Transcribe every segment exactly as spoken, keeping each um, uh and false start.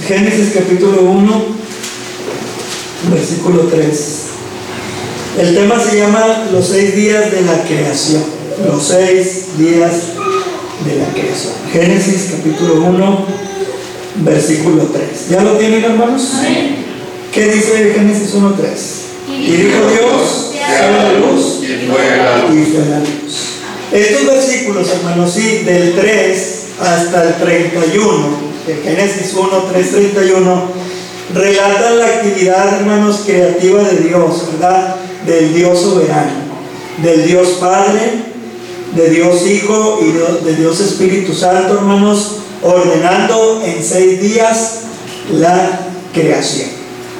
Génesis capítulo uno, versículo tres. El tema se llama los seis días de la creación. Los seis días de la creación. Génesis capítulo uno, versículo tres. ¿Ya lo tienen, hermanos? Amén. ¿Qué dice Génesis uno, tres? Y dijo Dios, sea la luz, y fue la luz. y fue la luz. Estos versículos, hermanos, sí, del tres hasta el treinta y uno, de Génesis uno, tres, treinta y uno, relatan la actividad, hermanos, creativa de Dios, ¿verdad? Del Dios soberano, del Dios Padre, de Dios Hijo y de Dios Espíritu Santo, hermanos, ordenando en seis días la creación.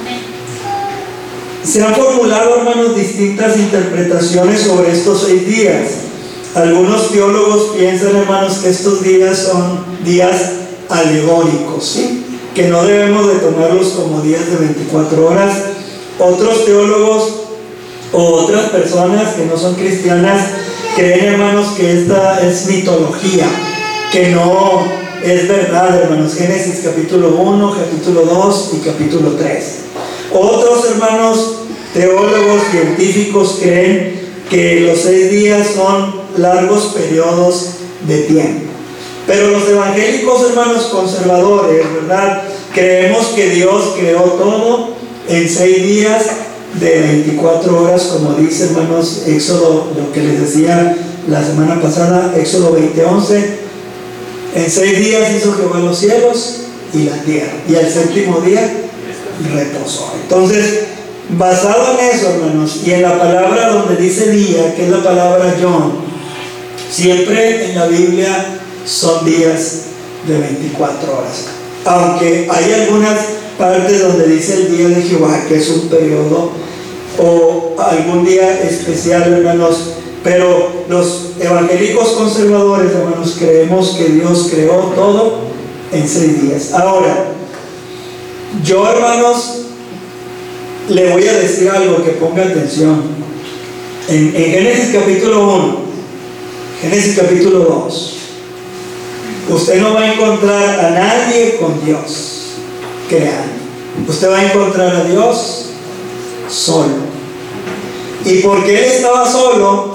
Se han formulado, hermanos, distintas interpretaciones sobre estos seis días. Algunos teólogos piensan, hermanos, que estos días son días alegóricos, ¿sí? Que no debemos de tomarlos como días de veinticuatro horas. Otros teólogos o otras personas que no son cristianas creen, hermanos, que esta es mitología, que no es verdad, hermanos. Génesis capítulo uno, capítulo dos y capítulo tres. Otros, hermanos, teólogos científicos creen que los seis días son largos periodos de tiempo. Pero los evangélicos, hermanos, conservadores, ¿verdad? Creemos que Dios creó todo en seis días de veinticuatro horas, como dice, hermanos, Éxodo, lo que les decía la semana pasada, Éxodo veinte, once. En seis días hizo Jehová los cielos y la tierra, y al séptimo día reposó. Entonces, basado en eso, hermanos, y en la palabra donde dice día, que es la palabra Yom, siempre en la Biblia son días de veinticuatro horas. Aunque hay algunas partes donde dice el día de Jehová, que es un periodo o algún día especial, hermanos. Pero los evangélicos conservadores, hermanos, creemos que Dios creó todo en seis días. Ahora, yo, hermanos, le voy a decir algo, que ponga atención. En, en Génesis capítulo uno, Génesis capítulo dos, usted no va a encontrar a nadie con Dios creando. Usted va a encontrar a Dios solo. Y porque Él estaba solo,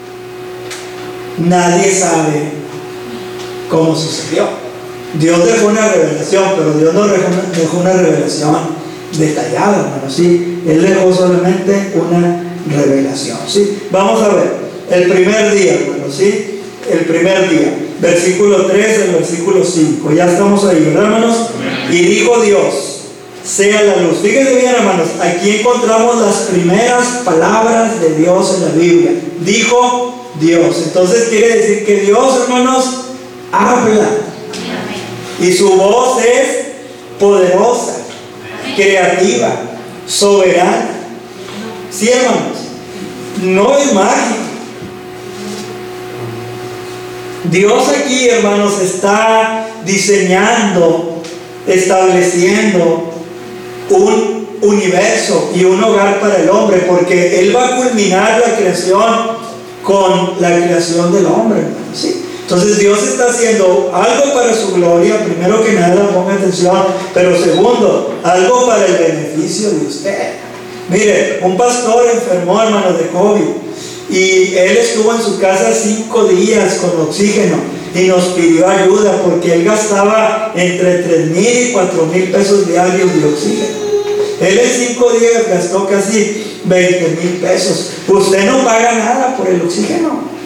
nadie sabe cómo sucedió. Dios dejó una revelación, pero Dios no dejó una revelación detallada, hermano, ¿sí? Él dejó solamente una revelación, ¿sí? Vamos a ver, el primer día, hermano, ¿sí? El primer día, versículo tres, el versículo cinco, ya estamos ahí, ¿verdad, hermanos? Y dijo Dios, sea la luz. Fíjense bien, hermanos, aquí encontramos las primeras palabras de Dios en la Biblia. Dijo Dios. Entonces quiere decir que Dios, hermanos, habla. Y su voz es poderosa, creativa, soberana. Sí, hermanos, no es mágica. Dios aquí, hermanos, está diseñando, estableciendo un universo y un hogar para el hombre, porque Él va a culminar la creación con la creación del hombre, hermanos, ¿sí? Entonces Dios está haciendo algo para su gloria, primero que nada, ponga atención, pero segundo, algo para el beneficio de usted. Mire, un pastor enfermó, hermanos, de COVID, y él estuvo en su casa cinco días con oxígeno y nos pidió ayuda porque él gastaba entre tres mil y cuatro mil pesos diarios de oxígeno. Él en cinco días gastó casi veinte mil pesos. Usted no paga nada por el oxígeno.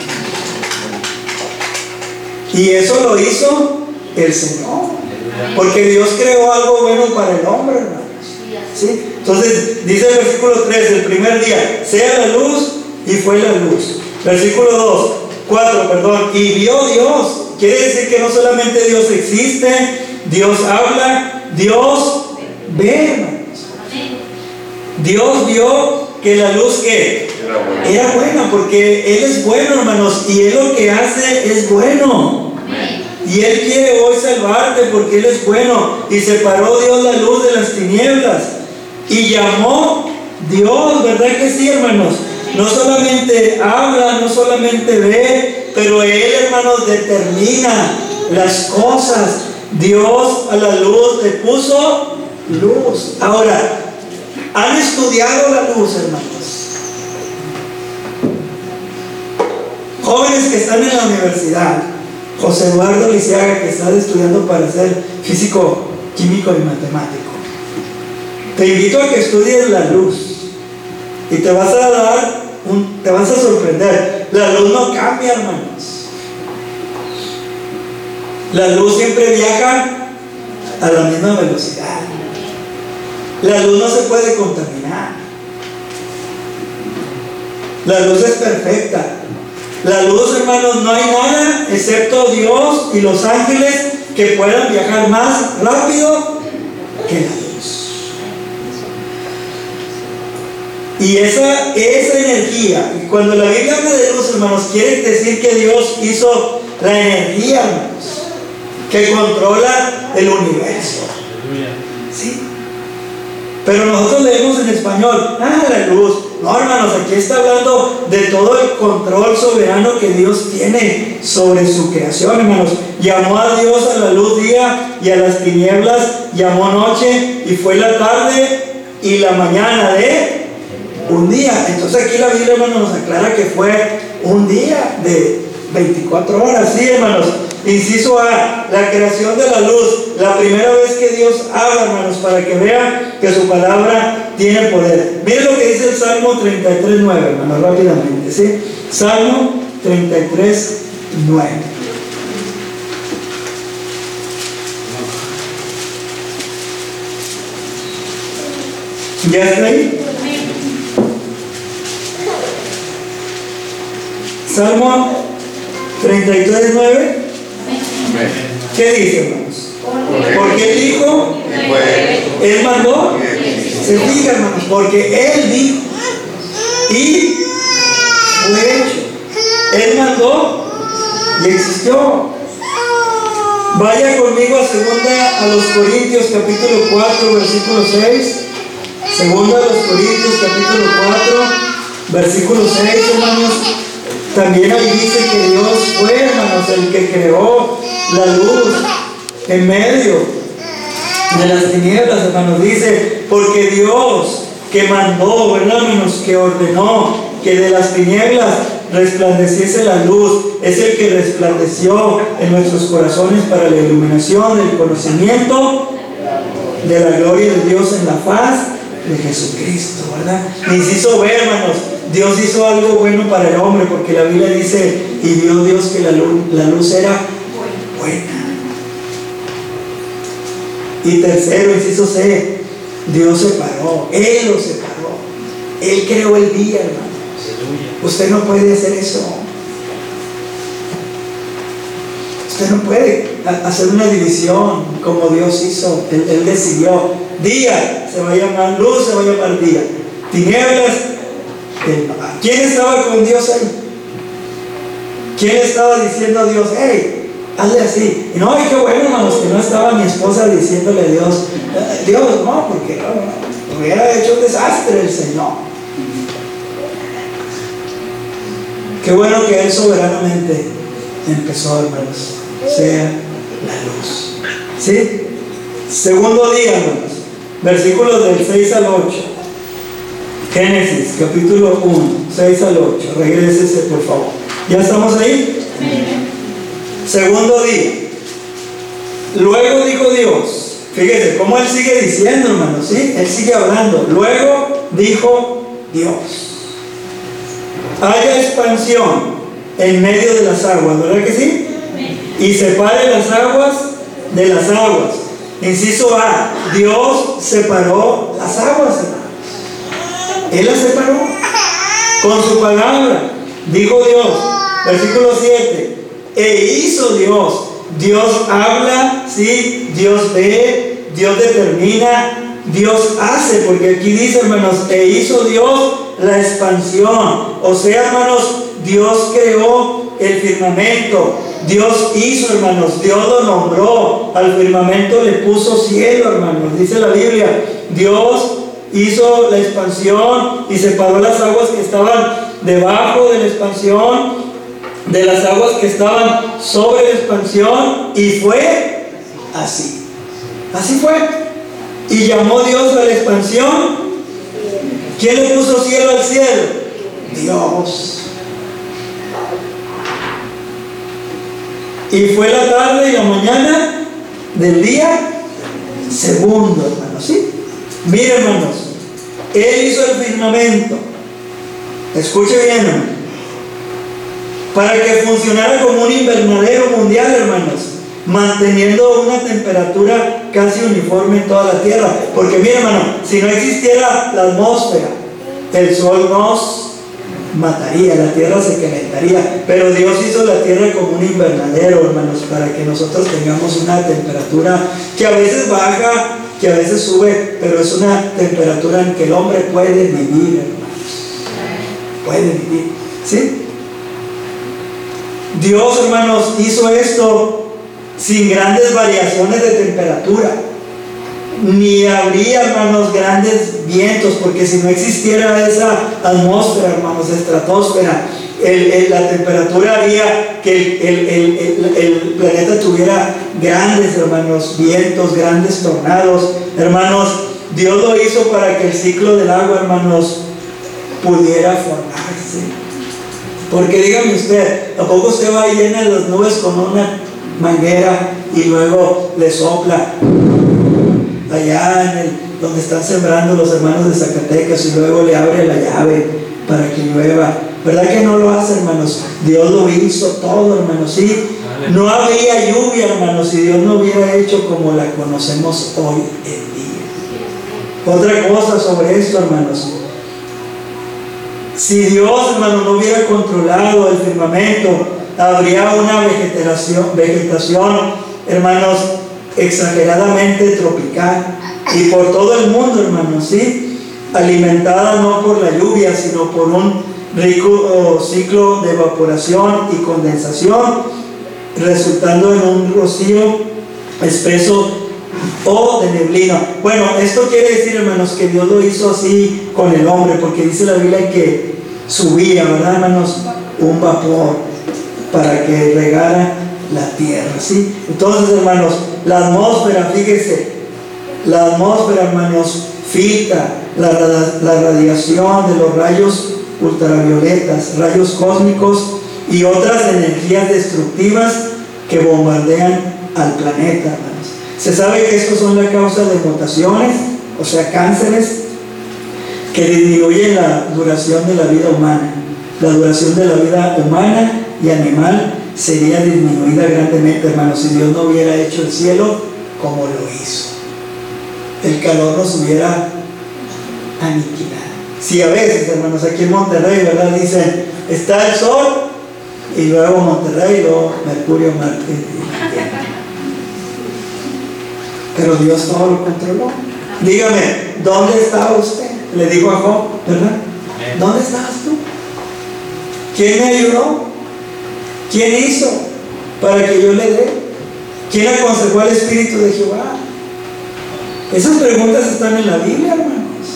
Y eso lo hizo el Señor, porque Dios creó algo bueno para el hombre, hermanos, ¿sí? Entonces dice el versículo tres, el primer día, sea la luz, y fue la luz. Versículo dos, cuatro, perdón, y vio Dios. Quiere decir que no solamente Dios existe, Dios habla, Dios ve, hermanos. Dios vio que la luz que Era buena. era buena, porque Él es bueno, hermanos, y Él lo que hace es bueno. Y Él quiere hoy salvarte porque Él es bueno. Y separó Dios la luz de las tinieblas y llamó Dios, ¿verdad que sí, hermanos? No solamente habla, no solamente ve, pero Él, hermanos, determina las cosas. Dios a la luz le puso luz. Ahora, ¿han estudiado la luz, hermanos? Jóvenes que están en la universidad, José Eduardo Lisiaga, que está estudiando para ser físico, químico y matemático, te invito a que estudies la luz y te vas a dar un, te vas a sorprender. La luz no cambia, hermanos. La luz siempre viaja a la misma velocidad. La luz no se puede contaminar. La luz es perfecta. La luz, hermanos, no hay nada excepto Dios y los ángeles que puedan viajar más rápido que la luz. Y esa, esa energía, y cuando la Biblia habla de luz, hermanos, quiere decir que Dios hizo la energía, hermanos, que controla el universo. ¿Sí? Pero nosotros leemos en español, ah, la luz. No, hermanos, aquí está hablando de todo el control soberano que Dios tiene sobre su creación, hermanos. Llamó a Dios a la luz día y a las tinieblas llamó noche, y fue la tarde y la mañana de un día. Entonces aquí la Biblia, hermanos, nos aclara que fue un día de veinticuatro horas. Sí, hermanos. Inciso A, la creación de la luz. La primera vez que Dios habla, hermanos, para que vean que su palabra tiene poder. Miren lo que dice el Salmo treinta y tres, nueve, hermanos, rápidamente, ¿sí? Salmo treinta y tres, nueve. ¿Ya está ahí? Salmo treinta y tres, nueve. ¿Qué dice, hermanos? Porque Él dijo, Él mandó, se fija, hermanos, porque Él dijo y fue hecho. Él mandó y existió. Vaya conmigo a segunda a los Corintios capítulo cuatro, versículo seis. Segunda a los Corintios capítulo cuatro, versículo seis, hermanos. También ahí dice que Dios fue, hermanos, el que creó la luz en medio de las tinieblas, hermanos. Dice, porque Dios que mandó, ¿verdad, hermanos? Que ordenó que de las tinieblas resplandeciese la luz, es el que resplandeció en nuestros corazones para la iluminación del conocimiento de la gloria de Dios en la faz de Jesucristo, ¿verdad? Inciso B, hermanos, Dios hizo algo bueno para el hombre, porque la Biblia dice, y vio Dios que la luz, la luz era buena. Y tercero, inciso C, Dios separó, Él lo separó, Él creó el día, hermanos. Usted no puede hacer eso. Usted no puede hacer una división como Dios hizo. Él, él decidió, día se va a llamar luz, se va a llamar día, tinieblas. ¿Quién estaba con Dios ahí? ¿Quién estaba diciendo a Dios, hey, hazle así? Y no, y qué bueno, hermanos, que no estaba mi esposa diciéndole a Dios, Dios, no, porque no, no, hubiera hecho un desastre el Señor. Qué bueno que Él soberanamente empezó, hermanos, sea la luz. ¿Sí? Segundo día, hermanos, versículos del seis al ocho. Génesis, capítulo uno, seis al ocho. Regrésese, por favor. ¿Ya estamos ahí? Sí. Segundo día. Luego dijo Dios, fíjese cómo Él sigue diciendo, hermanos, ¿sí? Él sigue hablando. Luego dijo Dios, haya expansión en medio de las aguas, ¿verdad que sí? Y separe las aguas de las aguas. Inciso A, Dios separó las aguas, hermanos. Él las separó con su palabra. Dijo Dios, versículo siete, e hizo Dios. Dios habla, sí, Dios ve, Dios determina, Dios hace, porque aquí dice, hermanos, e hizo Dios la expansión. O sea, hermanos, Dios creó el firmamento. Dios hizo, hermanos, Dios lo nombró. Al firmamento le puso cielo, hermanos. Dice la Biblia, Dios hizo la expansión y separó las aguas que estaban debajo de la expansión de las aguas que estaban sobre la expansión, y fue así. Así fue. Y llamó Dios a la expansión. ¿Quién le puso cielo al cielo? Dios. Y fue la tarde y la mañana del día segundo, hermanos, ¿sí? Miren, hermanos, Él hizo el firmamento. Escuche bien, hermano. Para que funcionara como un invernadero mundial, hermanos, manteniendo una temperatura casi uniforme en toda la tierra. Porque miren, hermano, si no existiera la atmósfera, el sol nos mataría, la tierra se calentaría. Pero Dios hizo la tierra como un invernadero, hermanos, para que nosotros tengamos una temperatura que a veces baja, que a veces sube, pero es una temperatura en que el hombre puede vivir, hermanos. Puede vivir, ¿sí? Dios, hermanos, hizo esto sin grandes variaciones de temperatura, ni habría, hermanos, grandes vientos, porque si no existiera esa atmósfera, hermanos, estratosfera, el, el, la temperatura haría que el, el, el, el, el planeta tuviera grandes, hermanos, vientos, grandes tornados. Hermanos, Dios lo hizo para que el ciclo del agua, hermanos, pudiera formarse. Porque dígame usted, ¿a poco usted va y llena las nubes con una manguera y luego le sopla allá en el, donde están sembrando los hermanos de Zacatecas, y luego le abre la llave para que llueva? ¿Verdad que no lo hace, hermanos? Dios lo hizo todo, hermanos, sí. No habría lluvia, hermanos, si Dios no hubiera hecho como la conocemos hoy en día. Otra cosa sobre esto, hermanos: si Dios, hermano, no hubiera controlado el firmamento, habría una vegetación, vegetación, hermanos, exageradamente tropical, y por todo el mundo, hermanos, ¿sí? Alimentada no por la lluvia, sino por un rico oh, ciclo de evaporación y condensación, resultando en un rocío espeso o de neblina. Bueno, esto quiere decir, hermanos, que Dios lo hizo así con el hombre, porque dice la Biblia que subía, ¿verdad, hermanos?, un vapor para que regara la tierra, ¿sí? Entonces, hermanos, la atmósfera, fíjese, la atmósfera, hermanos, filtra la, la radiación de los rayos ultravioletas, rayos cósmicos y otras energías destructivas que bombardean al planeta, hermanos. Se sabe que estos son la causa de mutaciones, o sea, cánceres, que disminuyen la duración de la vida humana. La duración de la vida humana y animal sería disminuida grandemente, hermanos, si Dios no hubiera hecho el cielo como lo hizo. El calor nos hubiera aniquilado. Si a veces, hermanos, aquí en Monterrey, ¿verdad?, dicen, está el sol, y luego Monterrey, luego Mercurio, Marte, pero Dios todo lo controló. Dígame, ¿dónde estaba usted? Le dijo a Job, ¿verdad? ¿Dónde estabas tú? ¿Quién me ayudó? ¿Quién hizo para que yo le dé? ¿Quién aconsejó al Espíritu de Jehová? Esas preguntas están en la Biblia, hermanos.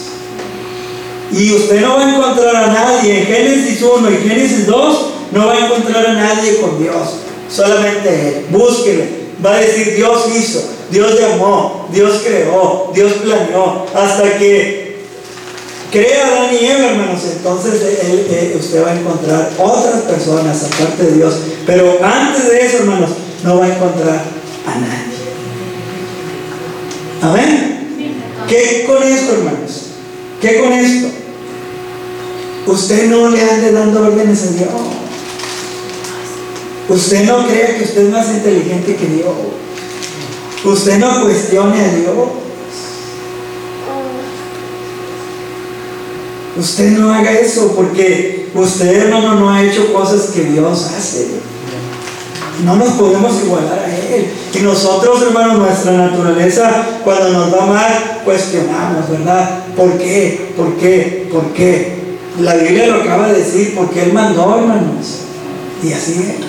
Y usted no va a encontrar a nadie en Génesis uno y Génesis dos, no va a encontrar a nadie con Dios, solamente Él. Búsquele. Va a decir, Dios hizo, Dios llamó, Dios creó, Dios planeó, hasta que crea a Adán y Eva, hermanos. Entonces él, él, usted va a encontrar otras personas aparte de Dios, pero antes de eso, hermanos, no va a encontrar a nadie. ¿Amén? ¿Qué con esto, hermanos? ¿Qué con esto? Usted no le ande dando órdenes a Dios. Usted no crea que usted es más inteligente que Dios. Usted no cuestione a Dios. Usted no haga eso, porque usted, hermano, no ha hecho cosas que Dios hace. No nos podemos igualar a Él. Y nosotros, hermanos, nuestra naturaleza, cuando nos va mal, cuestionamos, ¿verdad? ¿Por qué? ¿Por qué? ¿Por qué? La Biblia lo acaba de decir, porque Él mandó, hermanos. Y así es.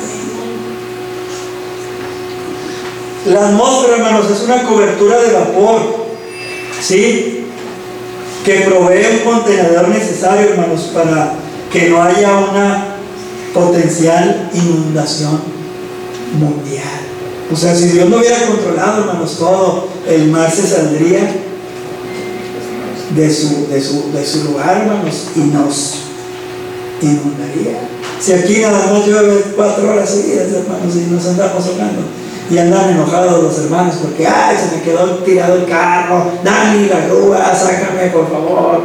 La atmósfera, hermanos, es una cobertura de vapor, ¿sí?, que provee un contenedor necesario, hermanos, para que no haya una potencial inundación mundial. O sea, si Dios no hubiera controlado, hermanos, todo, el mar se saldría de su, de su, de su lugar, hermanos, y nos inundaría. Si aquí nada más llueve cuatro horas seguidas, hermanos, y nos andamos ahogando, y andan enojados los hermanos porque, ay, se me quedó tirado el carro, Dani, la grúa, sácame por favor.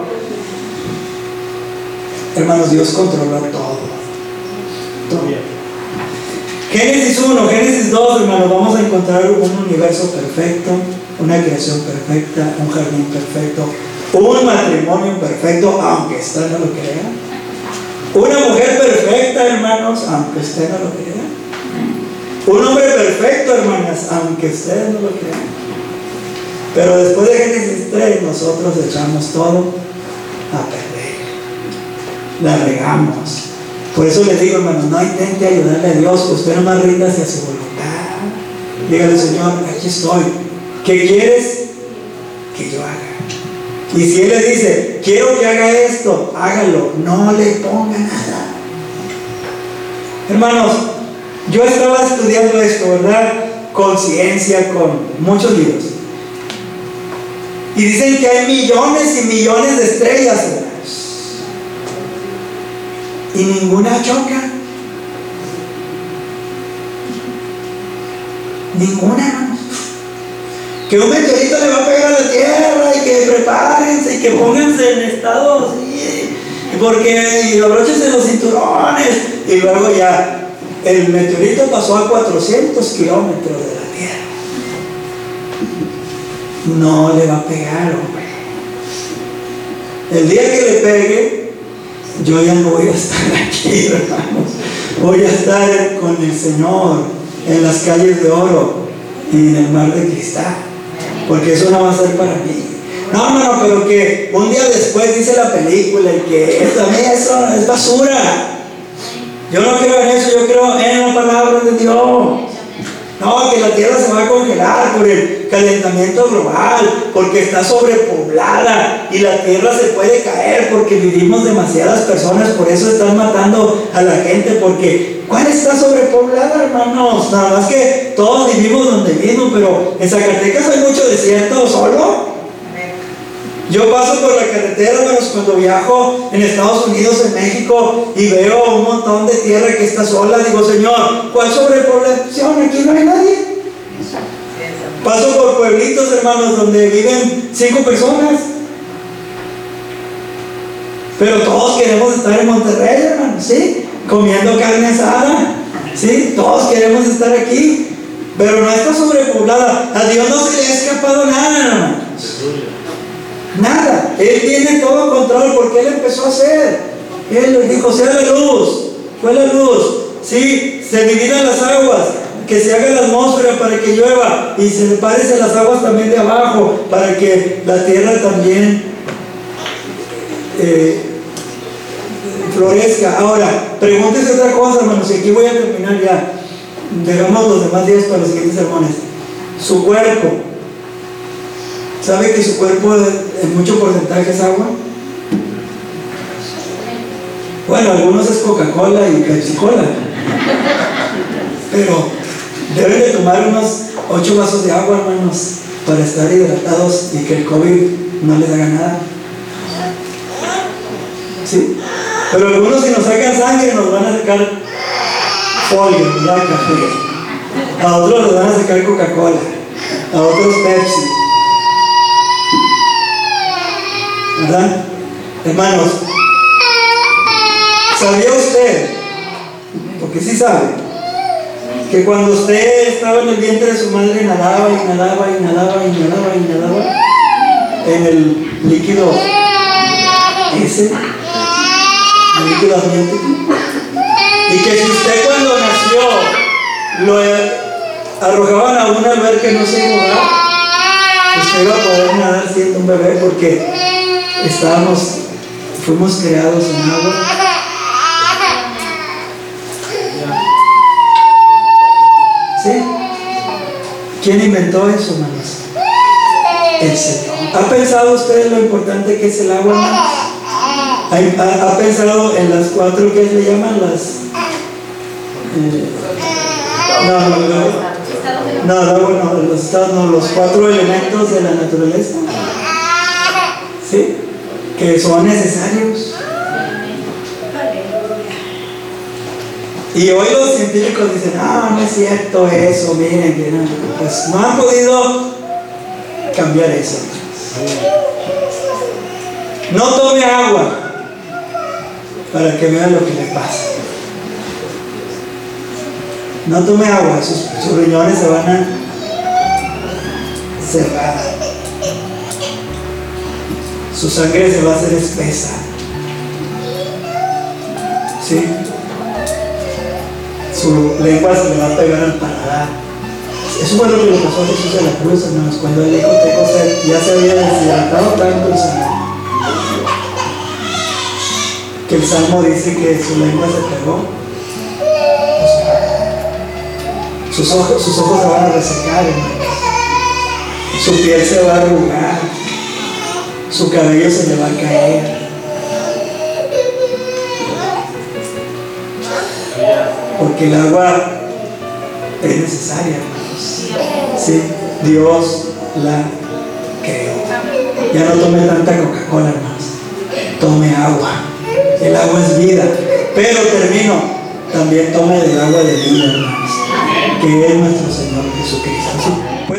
Hermanos, Dios controló todo. Todo. Génesis uno, Génesis dos, hermanos, vamos a encontrar un universo perfecto, una creación perfecta, un jardín perfecto, un matrimonio perfecto, aunque usted no lo crea. Una mujer perfecta, hermanos, aunque usted no lo crea. Un hombre perfecto, hermanas, aunque ustedes no lo crean. Pero después de Génesis tres, nosotros echamos todo a perder. La regamos. Por eso les digo, hermanos, no intente ayudarle a Dios, usted nomás ríndase a su voluntad. Dígale, Señor, aquí estoy. ¿Qué quieres que yo haga? Y si Él le dice, quiero que haga esto, hágalo, no le ponga nada. Hermanos, yo estaba estudiando esto, ¿verdad? Con ciencia, con muchos libros. Y dicen que hay millones y millones de estrellas, hermanos. Y ninguna choca. Ninguna, hermanos. Que un meteorito le va a pegar a la Tierra y que prepárense y que pónganse en estado así. Porque y abróchense los cinturones. Y luego ya, el meteorito pasó a cuatrocientos kilómetros de la Tierra. No le va a pegar, hombre. El día que le pegue, yo ya no voy a estar aquí, hermanos. Voy a estar con el Señor en las calles de oro y en el mar de cristal, porque eso no va a ser para mí. No, hermano, pero que un día después dice la película y que esto, a mí eso es basura. Yo no creo en eso, yo creo en la palabra de Dios. No, que la tierra se va a congelar por el calentamiento global, porque está sobrepoblada y la tierra se puede caer porque vivimos demasiadas personas, por eso están matando a la gente, porque ¿cuál está sobrepoblada, hermanos? Nada más que todos vivimos donde mismo, pero en Zacatecas hay mucho desierto solo. Yo paso por la carretera, hermanos, cuando viajo en Estados Unidos, en México, y veo un montón de tierra que está sola. Digo, Señor, ¿cuál sobrepoblación? Aquí no hay nadie. Paso por pueblitos, hermanos, donde viven cinco personas. Pero todos queremos estar en Monterrey, hermanos, ¿sí? Comiendo carne asada, ¿sí? Todos queremos estar aquí. Pero no está sobrepoblada. A Dios no se le ha escapado nada, hermanos. Nada, Él tiene todo control porque Él empezó a hacer. Él le dijo, sea la luz, fue la luz, sí, se dividan las aguas, que se haga la atmósfera para que llueva y se parecen las aguas también de abajo para que la tierra también eh, florezca. Ahora, pregúntese otra cosa, hermanos, y aquí voy a terminar ya. Dejamos los demás días para los siguientes sermones. Su cuerpo, ¿sabe que su cuerpo en mucho porcentaje es agua? Bueno, algunos es Coca-Cola y Pepsi-Cola, pero deben de tomar unos ocho vasos de agua, hermanos, para estar hidratados y que el COVID no les haga nada. ¿Sí? Pero algunos, si nos sacan sangre, nos van a sacar polio, ¿verdad? Café. A otros nos van a sacar Coca-Cola, a otros Pepsi, ¿verdad? Hermanos, ¿sabía usted, porque sí sabe, que cuando usted estaba en el vientre de su madre inhalaba, inhalaba, inhalaba, inhalaba, inhalaba en el líquido ese, el líquido amniótico? Y que si usted cuando nació lo arrojaban a una alberca y no se iba a nadar, usted iba a poder nadar siendo un bebé, porque estábamos, fuimos creados en agua. ¿Sí? ¿Quién inventó eso, hermanos? El Señor. ¿Ha pensado usted en lo importante que es el agua, hermanos? ¿Ha, ha pensado en las cuatro que le llaman las... Eh, no, no, no, No, el agua no, los estados no, los cuatro elementos de la naturaleza. ¿Sí? Que son necesarios. Y hoy los científicos dicen, ah, no es cierto eso, miren, que no, pues no han podido cambiar eso. No tome agua para que vean lo que le pasa. No tome agua, sus, sus riñones se van a cerrar. Su sangre se va a hacer espesa. ¿Sí? Su lengua se le va a pegar al paladar. Eso fue lo que le pasó a Jesús en la cruz, hermanos, cuando él dijo que José ya se había deshidratado tanto el Señor, que el Salmo dice que su lengua se pegó. Sus ojos, sus ojos se van a resecar, hermanos. Su piel se va a arrugar. Su cabello se le va a caer. Porque el agua es necesaria, hermanos. Sí, Dios la creó. Ya no tome tanta Coca-Cola, hermanos. Tome agua. El agua es vida. Pero termino, también tome del agua de vida, hermanos, que es nuestro Señor Jesucristo. ¿Sí?